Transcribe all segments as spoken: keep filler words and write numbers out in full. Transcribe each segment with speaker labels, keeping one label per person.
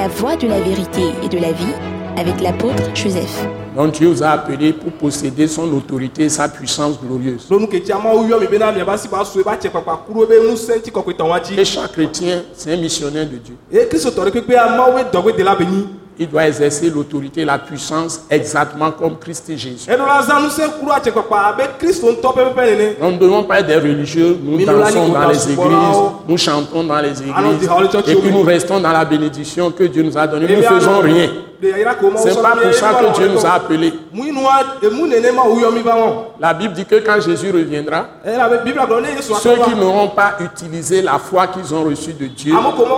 Speaker 1: la voie de la vérité et de la vie avec l'apôtre Joseph.
Speaker 2: Donc Dieu vous a appelé pour posséder son autorité et sa puissance glorieuse. Et chaque chrétien, c'est un missionnaire de Dieu. Il doit exercer l'autorité et la puissance exactement comme Christ et Jésus. Donc, nous ne devons pas être des religieux, nous dansons dans les églises, nous chantons dans les églises, et puis nous restons dans la bénédiction que Dieu nous a donnée. Nous ne faisons rien. Ce n'est pas pour ça que Dieu nous a appelés. La Bible dit que quand Jésus reviendra, ceux qui n'auront pas utilisé la foi qu'ils ont reçue de Dieu,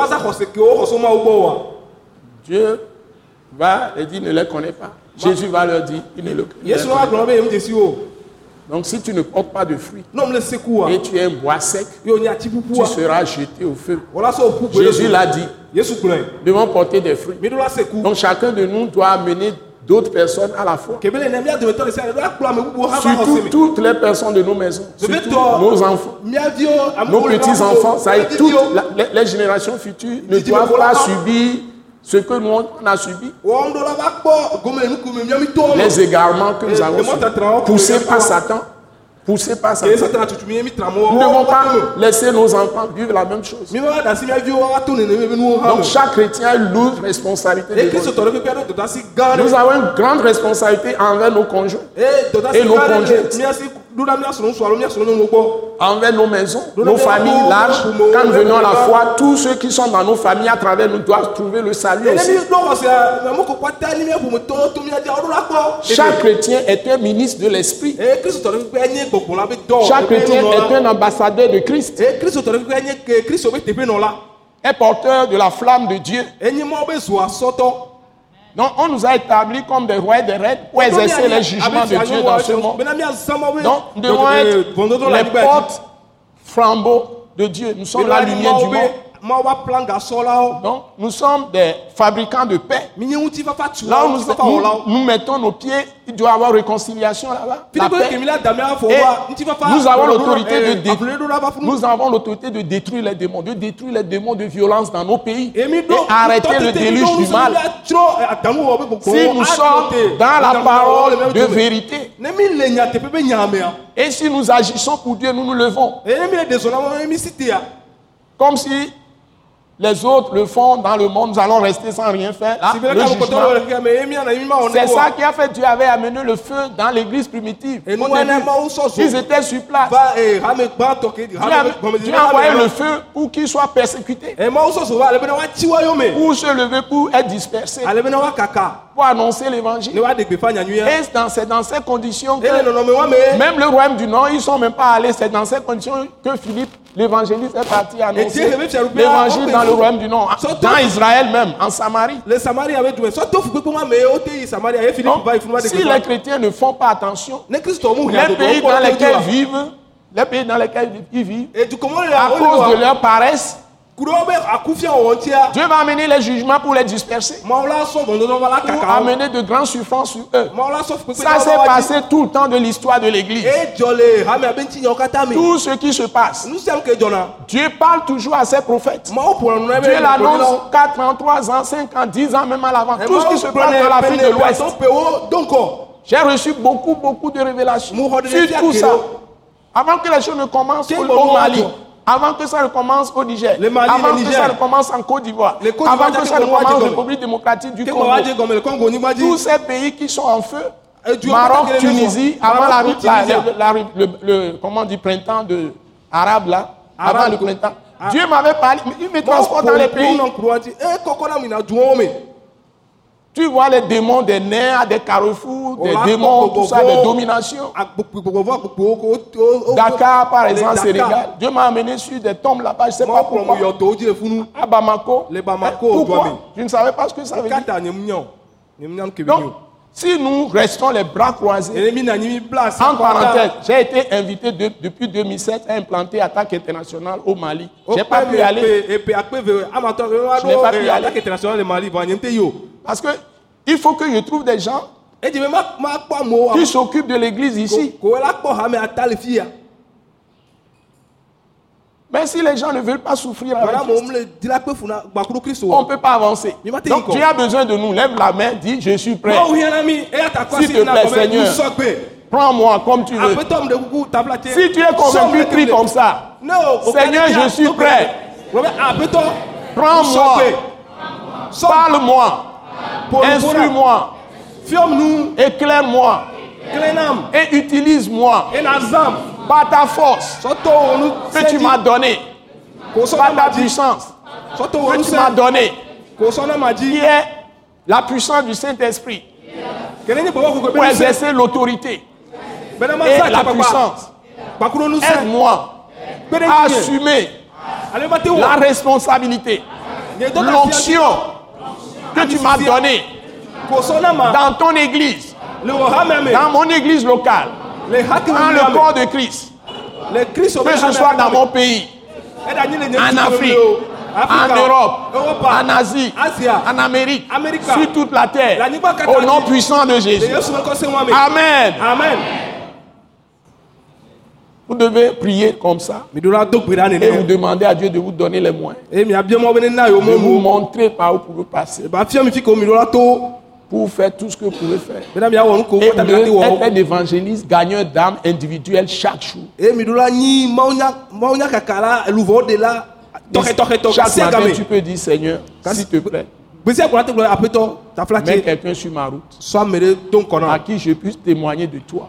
Speaker 2: Dieu va leur dire, ne les connaît pas. Jésus va leur dire, il ne le connaît pas. Donc si tu ne portes pas de fruits et tu es un bois sec, tu seras jeté au feu. Jésus l'a dit, nous devons porter des fruits. Donc chacun de nous doit amener d'autres personnes à la foi. Surtout toutes les personnes de nos maisons, surtout nos enfants, nos petits-enfants, ça y est, toutes la, les, les générations futures ne doivent pas subir ce que nous on a subi, les égarements que nous avons subis, poussés par Satan, poussés par Satan. Nous ne devons pas laisser nos enfants vivre la même chose. Donc chaque chrétien a une lourde responsabilité. Nous avons une grande responsabilité envers nos conjoints et nos conjointes, envers nos maisons, nos familles larges. Quand nous venons à la foi, tous ceux qui sont dans nos familles à travers nous doivent trouver le salut aussi. Chaque chrétien est un ministre de l'esprit. Chaque chrétien est un ambassadeur de Christ. Un porteur de la flamme de Dieu. Donc, on nous a établis comme des rois et des reines pour exercer les jugements de Dieu dans ce monde. Donc, nous devons être les portes flambeaux de Dieu. Nous sommes la lumière du monde. Donc, nous sommes des fabricants de paix. Là où nous, nous, nous mettons nos pieds, il doit y avoir réconciliation là-bas. La paix. Et nous avons l'autorité de détruire. Nous avons l'autorité de détruire les démons, de détruire les démons de violence dans nos pays et arrêter le déluge du mal. Si nous sommes dans la parole de vérité et si nous agissons pour Dieu, nous nous levons. Comme si les autres le font dans le monde, nous allons rester sans rien faire. Ah, le jugement. C'est ça qui a fait Dieu avait amené le feu dans l'église primitive. Ils étaient sur place. Dieu a envoyé le feu pour qu'ils soient persécutés. Pour se lever, pour être dispersés. Pour annoncer l'évangile. Et c'est dans ces conditions que même le royaume du Nord, ils ne sont même pas allés. C'est dans ces conditions que Philippe, l'évangéliste, est parti annoncer l'évangile dans le royaume du Nord. Dans Israël même, en Samarie. Donc, si les chrétiens ne font pas attention, les pays dans lesquels ils vivent, les pays dans lesquels ils vivent, à cause de leur paresse, Dieu va amener les jugements pour les disperser. Pour amener de grandes souffrances sur eux. Ça s'est passé tout le temps de l'histoire de l'Église. Tout ce qui se passe, Dieu parle toujours à ses prophètes. Dieu l'annonce quatre ans, trois ans, cinq ans, dix ans, même à l'avant. Tout ce qui se passe dans l'Afrique de l'Ouest. J'ai reçu beaucoup, beaucoup de révélations sur tout ça. Avant que les choses ne commencent au Mali. Avant que ça ne commence au Niger, Mali, avant que Niger. ça ne commence en Côte d'Ivoire, avant que ça ne commence en République démocratique du Congo, tous ces pays qui sont en feu, Maroc, Tunisie, avant la, la, la, la, le, le comment dit, printemps de, arabe là, avant arabe, le printemps, ah. Dieu m'avait parlé, il me transporte dans les pays. Tu vois les démons des nerfs, des carrefours, des démons, tout ça, des dominations. Dakar, par exemple, Sénégal. Dieu m'a amené sur des tombes là-bas, je ne sais pas pourquoi. À Bamako. Pourquoi? Je ne savais pas ce que ça veut dire. Donc, si nous restons les bras croisés, en parenthèse, j'ai été invité de, depuis deux mille sept à implanter Attaque Internationale au Mali. Je n'ai pas pu y aller. Je n'ai pas pu y aller. Parce que il faut que je trouve des gens qui s'occupent de l'église ici. Mais si les gens ne veulent pas souffrir avec Christ, on ne peut pas avancer. Donc tu as besoin de nous. Lève la main, dis je suis prêt. S'il te plaît, Seigneur, prends-moi comme tu veux. Si tu es convaincu, prie comme ça. Seigneur, je suis prêt. Prends-moi. Parle-moi. Instruis-moi. Éclaire-moi. Et utilise-moi. Par ta force que tu m'as donnée, par ta puissance que tu m'as donnée, qui est la puissance du Saint-Esprit pour exercer l'autorité et la puissance. Aide-moi à assumer la responsabilité, l'onction que tu m'as donnée dans ton église, dans mon église locale, dans le corps de Christ, que ce soit dans mon pays, en Afrique, en Europe, en Asie, en Amérique, sur toute la terre, au nom puissant de Jésus. Amen. Amen. Vous devez prier comme ça et vous demander à Dieu de vous donner les moyens, de vous montrer par où vous pouvez passer, pour faire tout ce que vous pouvez faire. Et être un évangéliste, gagneur d'âme individuel chaque jour. Chaque matin, tu peux dire Seigneur, s'il te plaît, mets quelqu'un sur ma route à qui je puisse témoigner de toi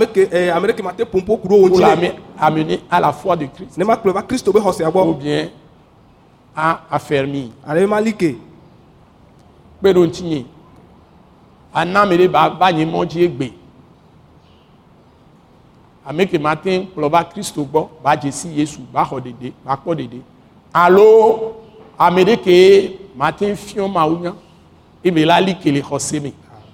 Speaker 2: pour l'amener à la foi de Christ ou bien à affermir. Anamere ba nyi monji egbe ameke matin ploba Christ gbo ba Jesi Yesu ba hodede ba kpo dede allo amerike matin fion maunya ibela likele khosemi.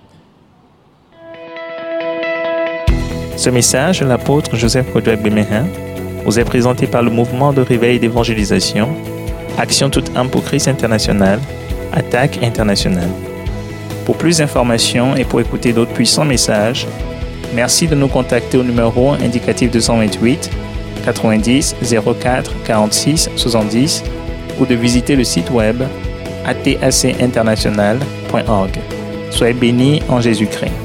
Speaker 3: Ce message de l'apôtre Joseph Kodouak Bemehin vous est présenté par le mouvement de réveil d'évangélisation Action toute âme pour Christ international, Attaque internationale. Pour plus d'informations et pour écouter d'autres puissants messages, merci de nous contacter au numéro indicatif deux cent vingt-huit quatre-vingt-dix zéro quatre quarante-six soixante-dix ou de visiter le site web a t a c international point org. Soyez bénis en Jésus-Christ.